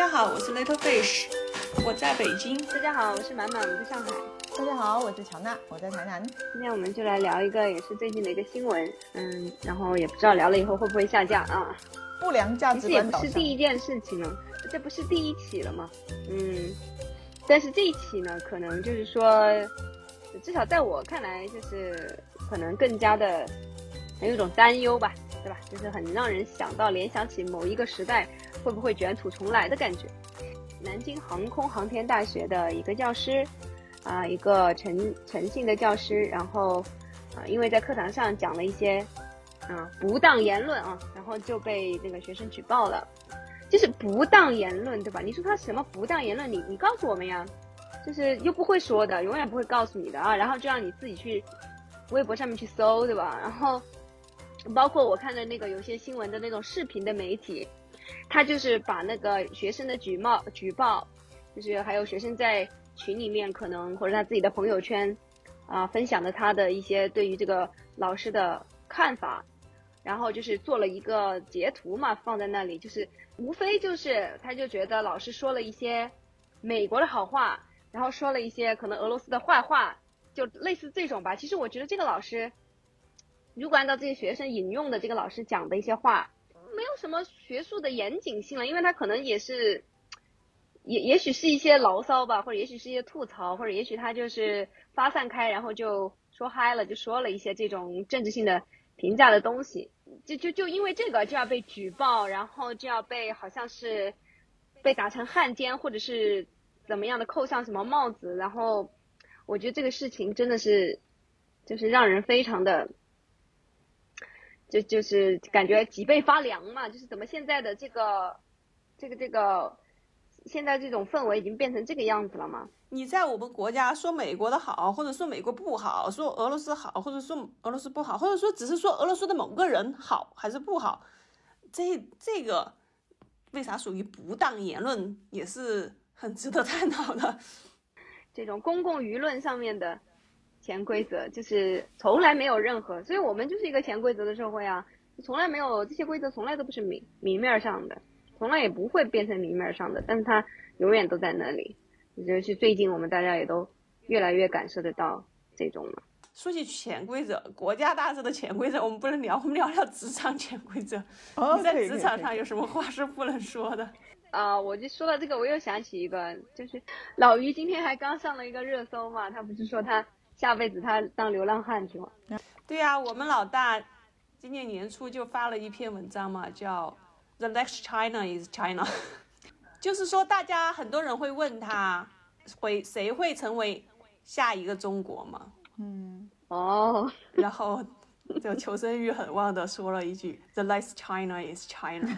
家好，我是 Little Fish， 我在北京。 大家好，我是满满，我在上海。 大家好，我是乔娜，我在台南。 今天我们就来聊一个也是最近的一个新闻，然后也不知道聊了以后会不会下架啊？ 不良价值观导向。 其实也不是第一件事情了，这不是第一起了吗？但是这一起呢，可能就是说，至少在我看来，就是可能更加的很有一种担忧吧，对吧？就是很让人联想起某一个时代会不会卷土重来的感觉。南京航空航天大学的一个教师。一个诚信的教师，然后因为在课堂上讲了一些不当言论然后就被那个学生举报了。就是不当言论，对吧？你说他什么不当言论，你告诉我们呀，就是又不会说的，永远不会告诉你的然后就让你自己去微博上面去搜，对吧？然后包括我看的那个有些新闻的那种视频的媒体，他就是把那个学生的举报，就是还有学生在群里面可能或者他自己的朋友圈分享的他的一些对于这个老师的看法，然后就是做了一个截图嘛，放在那里，就是无非就是他就觉得老师说了一些美国的好话，然后说了一些可能俄罗斯的坏话，就类似这种吧。其实我觉得这个老师如果按照这些学生引用的这个老师讲的一些话，没有什么学术的严谨性了，因为他可能也是也许是一些牢骚吧，或者也许是一些吐槽，或者也许他就是发散开，然后就说嗨了，就说了一些这种政治性的评价的东西，就因为这个就要被举报，然后就要被好像是被打成汉奸，或者是怎么样的扣上什么帽子。然后我觉得这个事情真的是就是让人非常的就是感觉脊背发凉嘛，就是怎么现在的这个现在这种氛围已经变成这个样子了吗？ 你在我们国家说美国的好，或者说美国不好，说俄罗斯好，或者说俄罗斯不好，或者说只是说俄罗斯的某个人好还是不好，这个为啥属于不当言论，也是很值得探讨的。 这种公共舆论上面的潜规则，就是从来没有任何，所以我们就是一个潜规则的社会啊，从来没有这些规则，从来都不是明面上的，从来也不会变成明面上的，但是它永远都在那里。就是最近我们大家也都越来越感受得到这种了。 说起潜规则，国家大事的潜规则我们不能聊，我们聊聊职场潜规则。你在职场上有什么话是不能说的？ 我就说到这个，我又想起一个，就是老于今天还刚上了一个热搜嘛，他不是说他下辈子他当流浪汉去吗？ 对啊，我们老大今年年初就发了一篇文章嘛，叫 The Next China is China 就是说大家很多人会问他谁会成为下一个中国嘛，然后就求生欲很旺的说了一句 The next China is China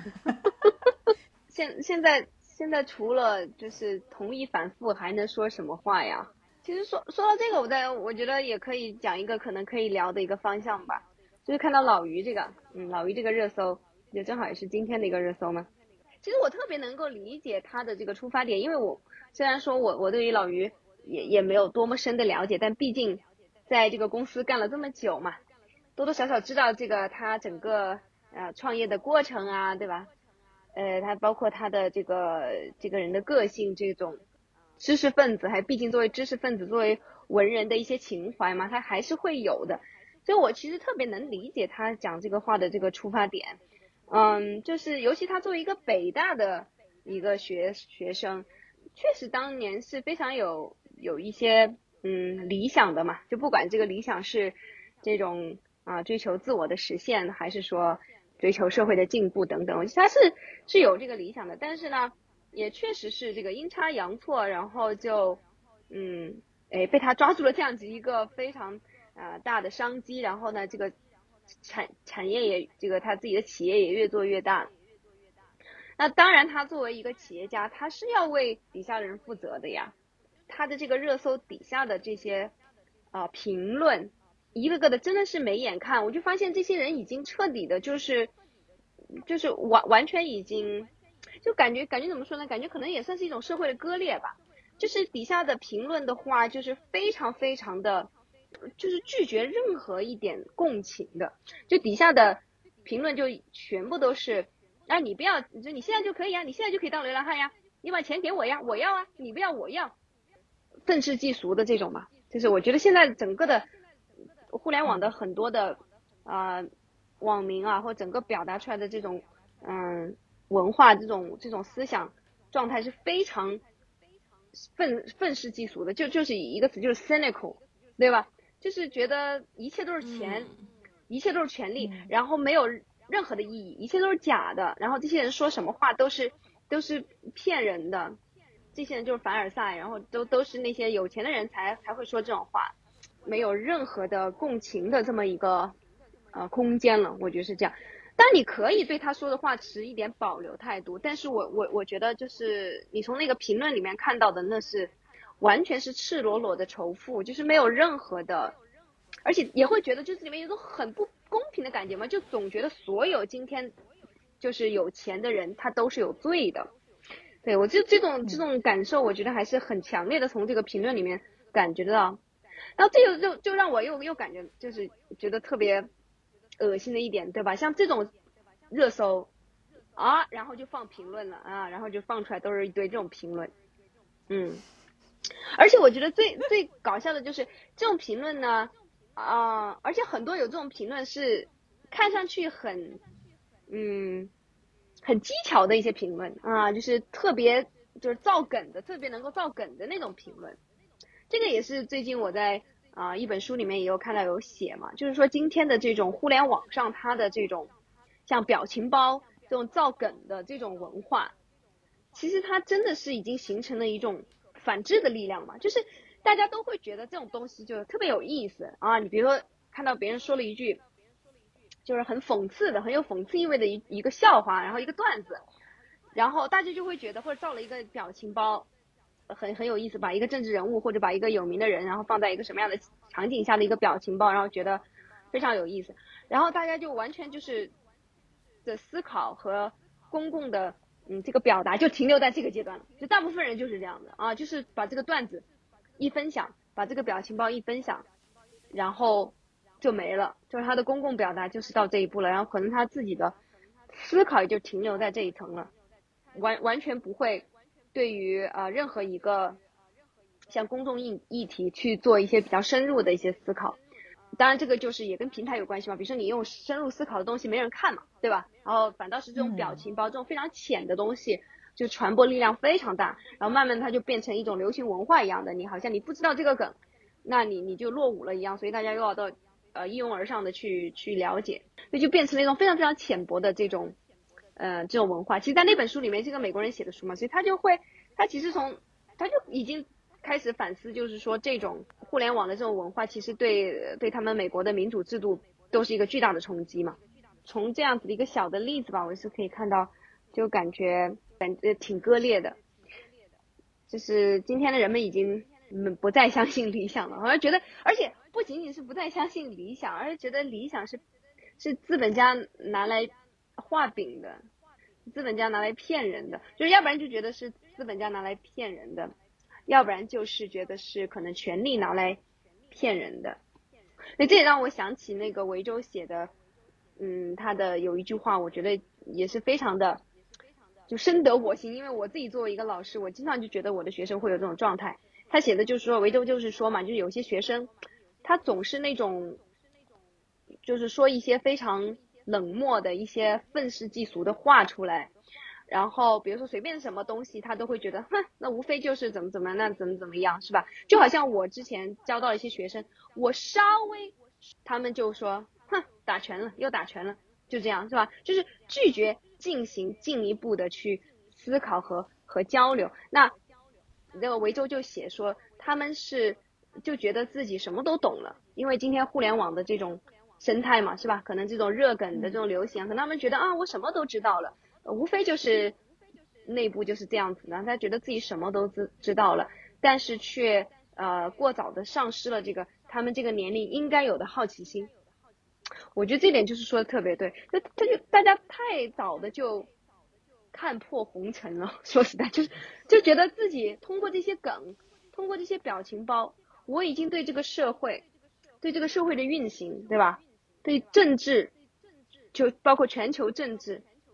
现在除了就是同意反复还能说什么话呀？其实说到这个，我觉得也可以讲一个可能可以聊的一个方向吧，就是看到老于这个热搜，也正好也是今天的一个热搜嘛。其实我特别能够理解他的这个出发点，因为我虽然说我对于老于也没有多么深的了解，但毕竟在这个公司干了这么久嘛，多多少少知道这个他整个创业的过程啊，对吧？他包括他的这个人的个性，这种知识分子，还毕竟作为知识分子，作为文人的一些情怀嘛，他还是会有的。所以我其实特别能理解他讲这个话的这个出发点。就是尤其他作为一个北大的一个学生，确实当年是非常有一些理想的嘛，就不管这个理想是这种追求自我的实现，还是说追求社会的进步等等，他是有这个理想的，但是呢也确实是这个阴差阳错，然后就被他抓住了这样子一个非常大的商机，然后呢这个产业也这个他自己的企业也越做越大。那当然他作为一个企业家，他是要为底下的人负责的呀。他的这个热搜底下的这些评论一个个的真的是没眼看，我就发现这些人已经彻底的就是完全已经就感觉怎么说呢，感觉可能也算是一种社会的割裂吧。就是底下的评论的话就是非常非常的就是拒绝任何一点共情的，就底下的评论就全部都是你不要，就你现在就可以你现在就可以当流浪汉呀， 你把钱给我呀，我要啊，你不要我要，愤世嫉俗的这种嘛。就是我觉得现在整个的互联网的很多的网民啊，或整个表达出来的这种文化这种思想状态是非常愤世嫉俗的，就是一个词，就是 cynical， 对吧？就是觉得一切都是钱，一切都是权利，然后没有任何的意义，一切都是假的，然后这些人说什么话都是骗人的，这些人就是凡尔赛，然后都是那些有钱的人才会说这种话，没有任何的共情的这么一个空间了，我觉得是这样。当然你可以对他说的话持一点保留态度，但是我觉得就是你从那个评论里面看到的，那是完全是赤裸裸的仇富，就是没有任何的，而且也会觉得就是里面有一种很不公平的感觉嘛，就总觉得所有今天就是有钱的人他都是有罪的。对，我就这种感受我觉得还是很强烈的，从这个评论里面感觉到。然后这就让我又感觉就是觉得特别恶心的一点，对吧？像这种热搜啊，然后就放评论了啊，然后就放出来都是一堆这种评论。而且我觉得最搞笑的就是这种评论呢而且很多有这种评论是看上去很技巧的一些评论啊，就是特别就是造梗的，特别能够造梗的那种评论。这个也是最近我在一本书里面也有看到有写嘛，就是说今天的这种互联网上它的这种像表情包这种造梗的这种文化，其实它真的是已经形成了一种反制的力量嘛，就是大家都会觉得这种东西就特别有意思啊。你比如说看到别人说了一句就是很讽刺的很有讽刺意味的一个笑话，然后一个段子，然后大家就会觉得或者造了一个表情包很有意思，把一个政治人物或者把一个有名的人然后放在一个什么样的场景下的一个表情包，然后觉得非常有意思，然后大家就完全就是的思考和公共的这个表达就停留在这个阶段了，就大部分人就是这样的啊，就是把这个段子一分享，把这个表情包一分享，然后就没了，就是他的公共表达就是到这一步了，然后可能他自己的思考也就停留在这一层了，完全不会对于任何一个像公众议题去做一些比较深入的一些思考。当然这个就是也跟平台有关系嘛，比如说你用深入思考的东西没人看嘛，对吧？然后反倒是这种表情包这种非常浅的东西就传播力量非常大，然后慢慢它就变成一种流行文化一样的，你好像你不知道这个梗，那你就落伍了一样，所以大家又要到一拥而上的去了解，所以就变成了一种非常非常浅薄的这种文化。其实在那本书里面，这个美国人写的书嘛，所以他其实他就已经开始反思，就是说这种互联网的这种文化其实对他们美国的民主制度都是一个巨大的冲击嘛。从这样子的一个小的例子吧，我是可以看到就感觉挺割裂的，就是今天的人们已经不再相信理想了，好像觉得，而且不仅仅是不再相信理想，而是觉得理想是资本家拿来画饼的，资本家拿来骗人的，就是要不然就觉得是资本家拿来骗人的，要不然就是觉得是可能权力拿来骗人的。那这也让我想起那个维州写的他的有一句话，我觉得也是非常的就深得我心，因为我自己作为一个老师，我经常就觉得我的学生会有这种状态。他写的就是说，维州就是说嘛，就是有些学生他总是那种就是说一些非常冷漠的一些愤世嫉俗的话出来，然后比如说随便什么东西他都会觉得那无非就是怎么那怎么样，是吧？就好像我之前教到一些学生，我稍微他们就说打拳了又打拳了，就这样，是吧？就是拒绝进一步的去思考和交流。那个维州就写说他们就觉得自己什么都懂了，因为今天互联网的这种生态嘛，是吧？可能这种热梗的这种流行，可能他们觉得我什么都知道了，无非就是内部就是这样子的，他觉得自己什么都知道了，但是却过早的丧失了这个他们这个年龄应该有的好奇心。我觉得这点就是说的特别对，大家太早的就看破红尘了，说实在就觉得自己通过这些梗，通过这些表情包，我已经对这个社会的运行，对吧？对政治，就包括全球政治，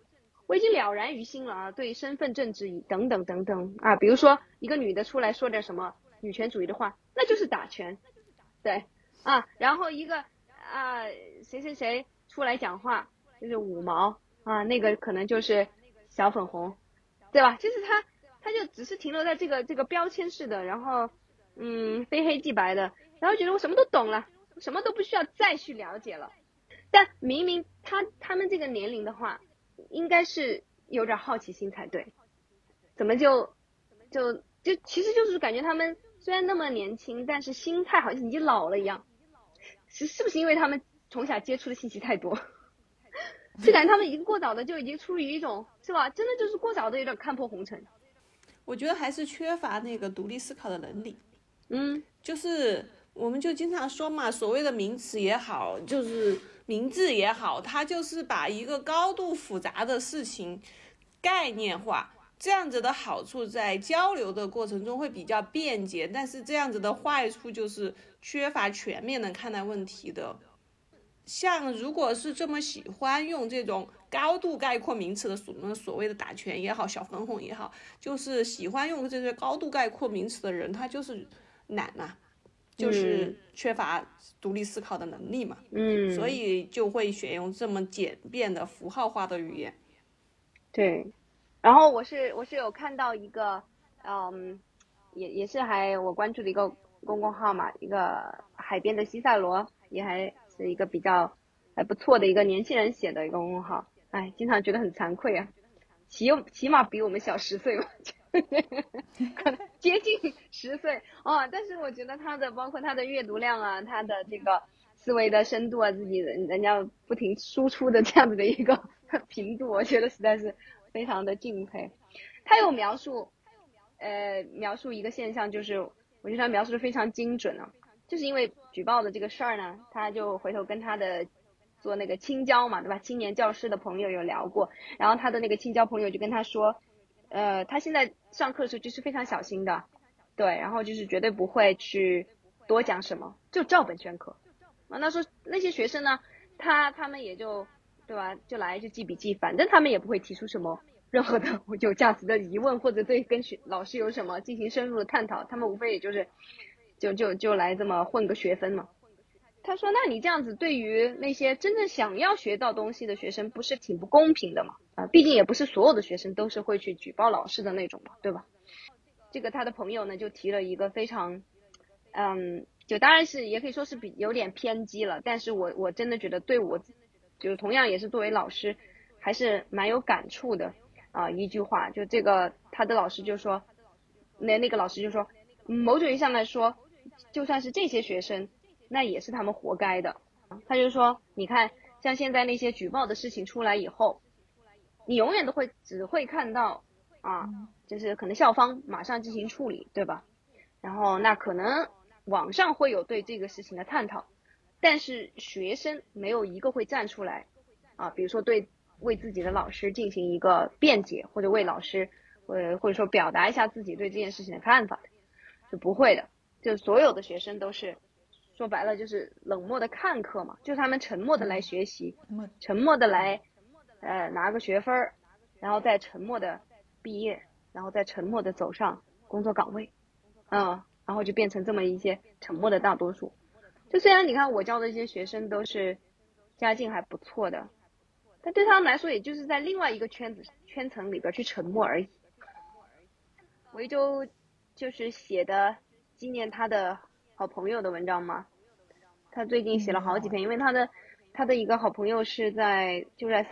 我已经了然于心了啊，对身份证质疑等等等等啊，比如说一个女的出来说点什么女权主义的话，那就是打拳，对啊，然后一个啊谁谁谁出来讲话就是五毛啊，那个可能就是小粉红，对吧？就是他就只是停留在这个标签式的，然后非黑即白的，然后觉得我什么都懂了，我什么都不需要再去了解了。但明明他们这个年龄的话，应该是有点好奇心才对，怎么就其实就是感觉他们虽然那么年轻，但是心态好像已经老了一样。是不是因为他们从小接触的信息太多，就感觉他们已经过早的就已经处于一种是吧？真的就是过早的有点看破红尘。 我觉得还是缺乏那个独立思考的能力。就是我们就经常说嘛，所谓的名词也好，就是名字也好，它就是把一个高度复杂的事情概念化。这样子的好处在交流的过程中会比较便捷，但是这样子的坏处就是缺乏全面的看待问题的。像如果是这么喜欢用这种高度概括名词的所谓的打拳也好，小粉红也好，就是喜欢用这些高度概括名词的人，他就是懒嘛，就是缺乏独立思考的能力嘛，所以就会选用这么简便的符号化的语言。 对，然后我是有看到一个也是我关注的一个公众号嘛，一个海边的西塞罗，也还是一个比较还不错的一个年轻人写的一个公众号。哎，经常觉得很惭愧啊，起码比我们小10岁吧，可能接近10岁哦。但是我觉得包括他的阅读量啊，他的这个思维的深度啊，自己人家不停输出的这样子的一个频度，我觉得实在是非常的敬佩。他有描述一个现象，就是我觉得他描述的非常精准啊，就是因为举报的这个事儿呢，他就回头跟他的做那个青椒嘛，对吧？青年教师的朋友有聊过，然后他的那个青椒朋友就跟他说，他现在上课的时候就是非常小心的，对，然后就是绝对不会去多讲什么，就照本宣科。那说那些学生呢，他们也就对吧，就来就记笔记，反正他们也不会提出什么任何的有价值的疑问，或者对跟老师有什么进行深入的探讨，他们无非也就是就来这么混个学分嘛。他说那你这样子对于那些真正想要学到东西的学生不是挺不公平的嘛？毕竟也不是所有的学生都是会去举报老师的那种嘛，对吧？这个他的朋友呢就提了一个非常就当然是也可以说是有点偏激了，但是我真的觉得对我就同样也是作为老师还是蛮有感触的一句话，就这个他的老师就说那个老师就说某种意义上来说，就算是这些学生那也是他们活该的。他就说你看像现在那些举报的事情出来以后，你永远都只会看到就是可能校方马上进行处理，对吧？然后那可能网上会有对这个事情的探讨，但是学生没有一个会站出来比如说为自己的老师进行一个辩解，或者为老师或者说表达一下自己对这件事情的看法的，是不会的。就所有的学生都是说白了就是冷漠的看课嘛，就是他们沉默的来学习，沉默的来拿个学分，然后再沉默的毕业，然后再沉默的走上工作岗位，然后就变成这么一些沉默的大多数。就虽然你看我教的一些学生都是家境还不错的，但对他们来说也就是在另外一个圈层里边去沉默而已。维州就是写的纪念他的好朋友的文章嘛，他最近写了好几篇，因为他的一个好朋友就在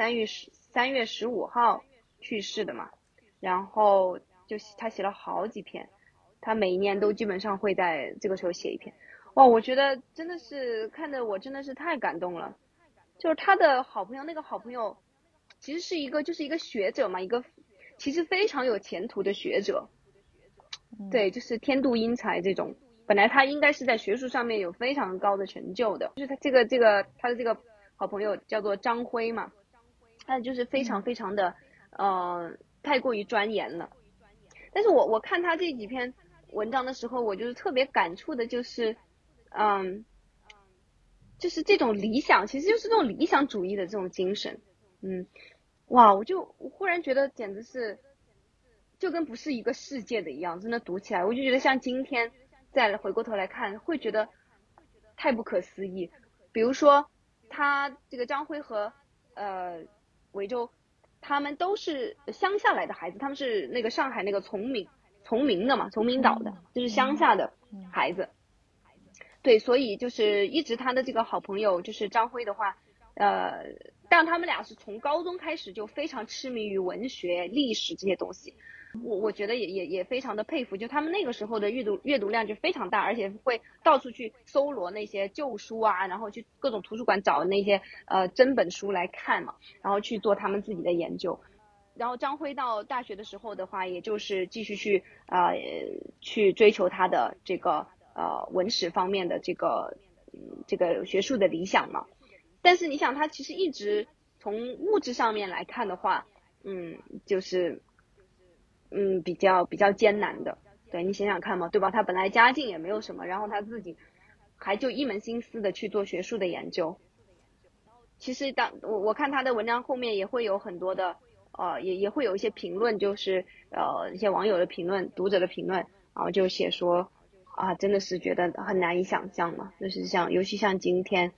3月15号去世的嘛，然后就他写了好几篇，他每一年都基本上会在这个时候写一篇。哇，我觉得真的是看得我真的是太感动了。就是他的好朋友，那个好朋友其实是一个学者嘛，一个其实非常有前途的学者，对，就是天妒英才这种。本来他应该是在学术上面有非常高的成就的，就是他他的这个好朋友叫做张辉嘛，他就是非常非常的太过于钻研了。但是我看他这几篇文章的时候，我就是特别感触的就是就是这种理想，其实就是这种理想主义的这种精神。 哇，我忽然觉得简直是就跟不是一个世界的一样，真的读起来，我就觉得像今天再回过头来看，会觉得太不可思议。比如说，他这个张辉和韦州，他们都是乡下来的孩子，他们是那个上海那个崇明的嘛，崇明岛的，就是乡下的孩子。对，所以就是一直他的这个好朋友就是张辉的话，但他们俩是从高中开始就非常痴迷于文学、历史这些东西。我觉得也非常的佩服，就他们那个时候的阅读量就非常大，而且会到处去搜罗那些旧书啊，然后去各种图书馆找那些真本书来看嘛，然后去做他们自己的研究。然后张辉到大学的时候的话，也就是继续去追求他的这个文史方面的这个学术的理想嘛。但是你想，他其实一直从物质上面来看的话，就是比较艰难的。对，你想想看嘛，对吧？他本来家境也没有什么，然后他自己还就一门心思的去做学术的研究。其实我看他的文章后面也会有很多的也会有一些评论，就是一些网友的评论、读者的评论，然后就写说啊，真的是觉得很难以想象嘛，就是尤其像今天，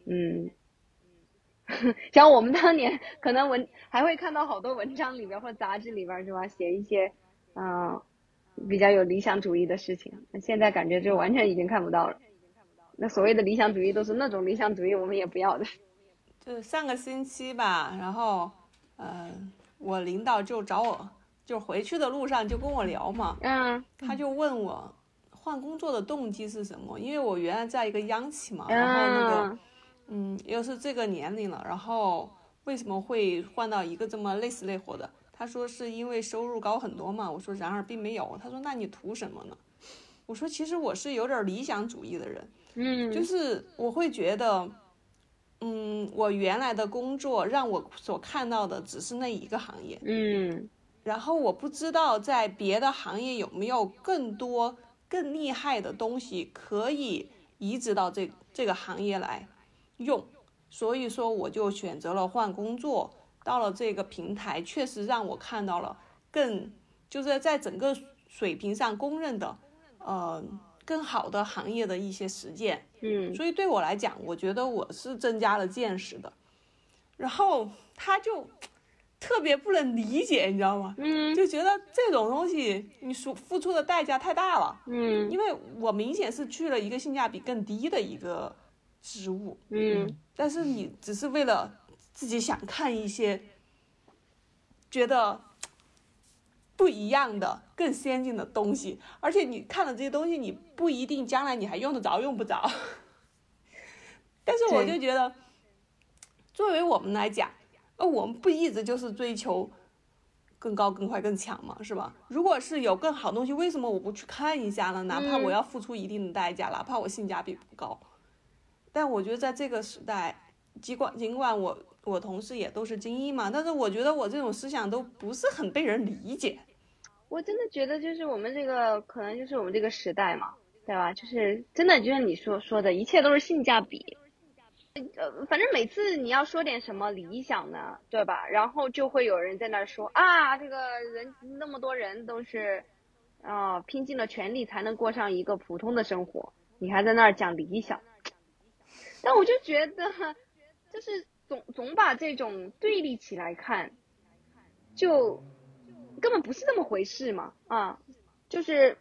像我们当年可能还会看到好多文章里边或杂志里边是吧，写一些比较有理想主义的事情，现在感觉就完全已经看不到了。那所谓的理想主义都是那种理想主义我们也不要的。 就是上个星期吧，然后我领导就找我，就回去的路上就跟我聊嘛，他就问我换工作的动机是什么，因为我原来在一个央企嘛，然后那个又是这个年龄了，然后为什么会换到一个这么累死累活的？他说是因为收入高很多嘛，我说然而并没有。他说那你图什么呢？我说其实我是有点理想主义的人，就是我会觉得我原来的工作让我所看到的只是那一个行业，然后我不知道在别的行业有没有更多更厉害的东西可以移植到这个行业来用，所以说我就选择了换工作。到了这个平台，确实让我看到了就是在整个水平上公认的更好的行业的一些实践。所以对我来讲，我觉得我是增加了见识的。然后他就特别不能理解，你知道吗？就觉得这种东西你付出的代价太大了。因为我明显是去了一个性价比更低的一个职务。但是你只是为了自己想看一些觉得不一样的更先进的东西，而且你看了这些东西，你不一定将来你还用得着用不着。但是我就觉得作为我们来讲，我们不一直就是追求更高更快更强嘛，是吧？如果是有更好的东西，为什么我不去看一下呢？哪怕我要付出一定的代价，哪怕我性价比不高。但我觉得在这个时代，尽管我同事也都是精英嘛，但是我觉得我这种思想都不是很被人理解。 我真的觉得就是我们这个可能就是我们这个时代嘛，对吧？就是真的就像你说的，一切都是性价比。反正每次你要说点什么理想呢，对吧？然后就会有人在那儿说啊，这个人那么多人都是拼尽了全力才能过上一个普通的生活，你还在那儿讲理想。但我就觉得就是总把这种对立起来看，就根本不是那么回事嘛。就是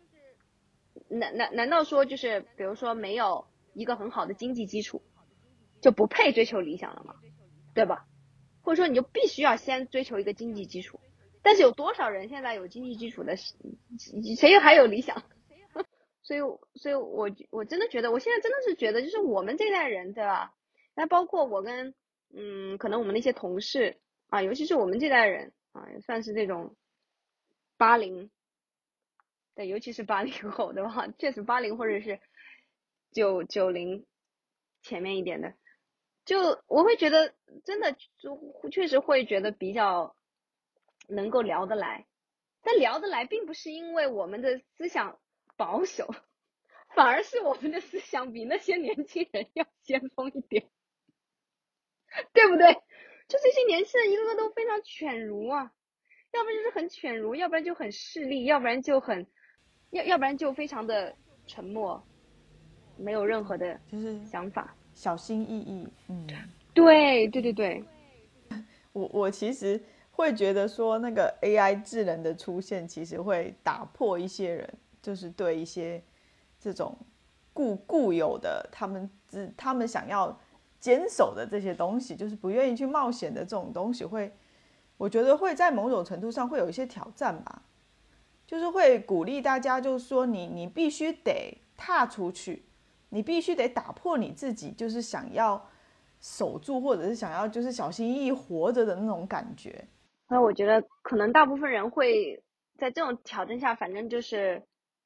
难道说就是比如说没有一个很好的经济基础就不配追求理想了吗？对吧？或者说你就必须要先追求一个经济基础，但是有多少人现在有经济基础的，谁还有理想？所以我真的觉得，我现在真的是觉得，就是我们这代人，对吧？那包括我跟可能我们那些同事尤其是我们这代人也算是这种80，对，尤其是80后，对吧？确实80或者是90前面一点的，就我会觉得真的就确实会觉得比较能够聊得来，但聊得来并不是因为我们的思想保守，反而是我们的思想比那些年轻人要先锋一点，对不对？ 就这些年轻人一个个都非常犬儒啊，要不然就是很犬儒，要不然就很势利，要不然就很，要不然就非常的沉默，没有任何的就是想法， 小心翼翼。 对， 我其实会觉得说，那个 AI 智能的出现，其实会打破一些人，就是对一些这种固有的他们想要坚守的这些东西，就是不愿意去冒险的这种东西，我觉得会在某种程度上会有一些挑战吧，就是会鼓励大家，就是说你必须得踏出去，你必须得打破你自己，就是想要守住，或者是想要就是小心翼翼活着的那种感觉。 那我觉得可能大部分人会在这种挑战下，反正就是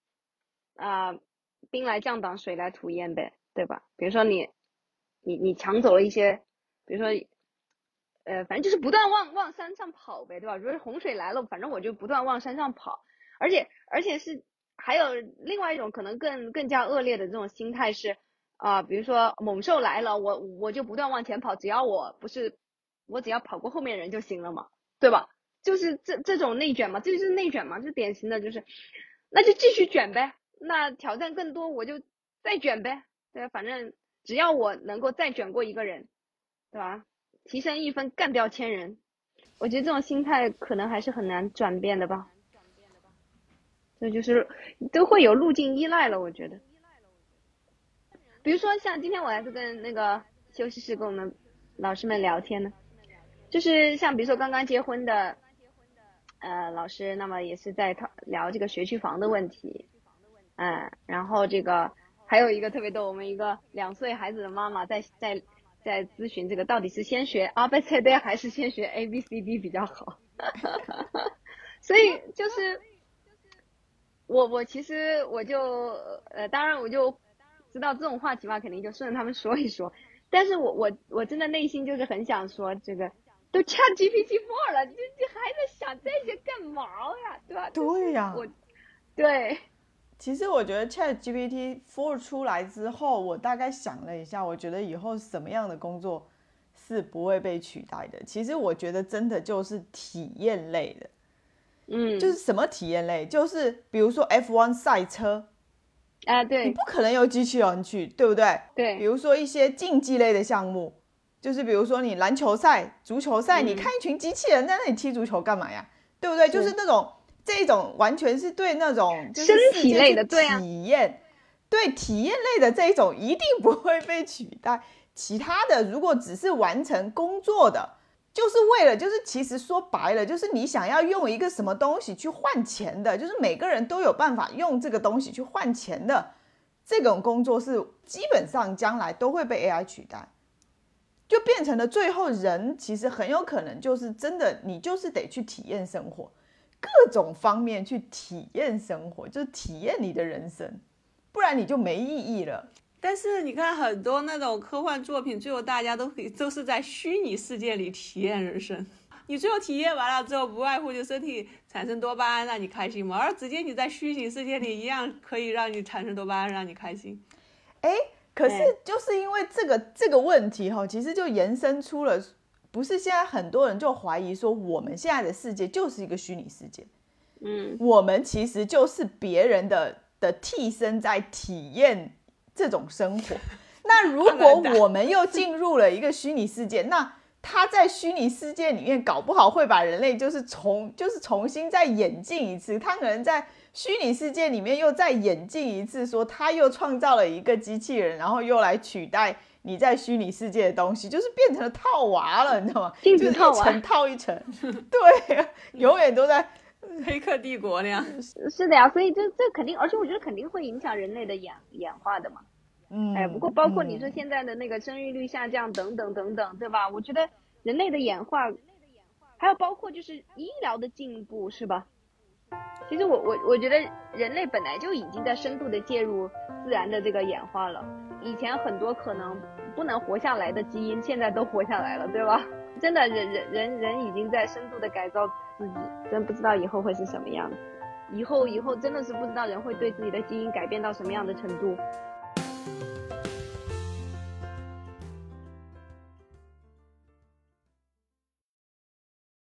兵来将挡，水来土掩呗，对吧？比如说你抢走了一些，比如说反正就是不断往山上跑呗，对吧？如果洪水来了，反正我就不断往山上跑，而且是还有另外一种可能更加恶劣的这种心态是比如说猛兽来了，我就不断往前跑，只要我只要跑过后面人就行了嘛，对吧？就是这种内卷嘛，这就是内卷嘛，就典型的就是那就继续卷呗，那挑战更多我就再卷呗，对吧？反正只要我能够再卷过一个人，对吧？提升1分干掉1000人，我觉得这种心态可能还是很难转变的吧。这就是都会有路径依赖了，我觉得。比如说像今天我还是跟那个休息室跟我们老师们聊天呢，就是像比如说刚刚结婚的老师，那么也是在聊这个学区房的问题，然后这个还有一个特别逗，我们一个2岁孩子的妈妈在咨询这个到底是先学 ABCD 还是先学 ABCD 比较好。所以就是我其实我就当然我就知道这种话题嘛，肯定就顺着他们说一说，但是我真的内心就是很想说，这个都 ChatGPT4 了，这还在想这些干嘛呀，对吧？ 对呀， 对。 其实我觉得 ChatGPT4 出来之后，我大概想了一下，我觉得以后什么样的工作是不会被取代的。其实我觉得真的就是体验类的，就是什么体验类，就是比如说 F1 赛车对， 你不可能有机器人去，对不对？ 对。 比如说一些竞技类的项目，就是比如说你篮球赛、足球赛，你看一群机器人在那里踢足球干嘛呀？对不对？就是那种这种完全是对那种就是身体类的体验，对体验类的这一种一定不会被取代。其他的如果只是完成工作的，就是为了就是其实说白了就是你想要用一个什么东西去换钱的，就是每个人都有办法用这个东西去换钱的，这种工作是基本上将来都会被 AI 取代，就变成了最后人其实很有可能就是真的你就是得去体验生活，各种方面去体验生活，就是体验你的人生，不然你就没意义了。 但是你看很多那种科幻作品，最后大家都是在虚拟世界里体验人生。你最后体验完了之后，不外乎就身体产生多巴胺让你开心嘛，而直接你在虚拟世界里一样可以让你产生多巴胺让你开心。 可是就是因为这个问题其实就延伸出了，不是现在很多人就怀疑说我们现在的世界就是一个虚拟世界，我们其实就是别人的替身在体验这种生活。那如果我们又进入了一个虚拟世界，那他在虚拟世界里面搞不好会把人类就是重新再演进一次，他可能在虚拟世界里面又再演进一次，说他又创造了一个机器人，然后又来取代你在虚拟世界的东西，就是变成了套娃了，你知道吗？ 镜子套娃， 就是一层套一层，对，永远都在黑客帝国那样。 是的呀，所以这肯定，而且我觉得肯定会影响人类的演化的嘛。不过包括你说现在的那个生育率下降等等等等，对吧？我觉得人类的演化，还有包括就是医疗的进步，是吧？其实我觉得人类本来就已经在深度的介入自然的这个演化了，以前很多可能不能活下来的基因，现在都活下来了，对吧？真的人已经在深度的改造自己，真不知道以后会是什么样子。以后真的是不知道人会对自己的基因改变到什么样的程度。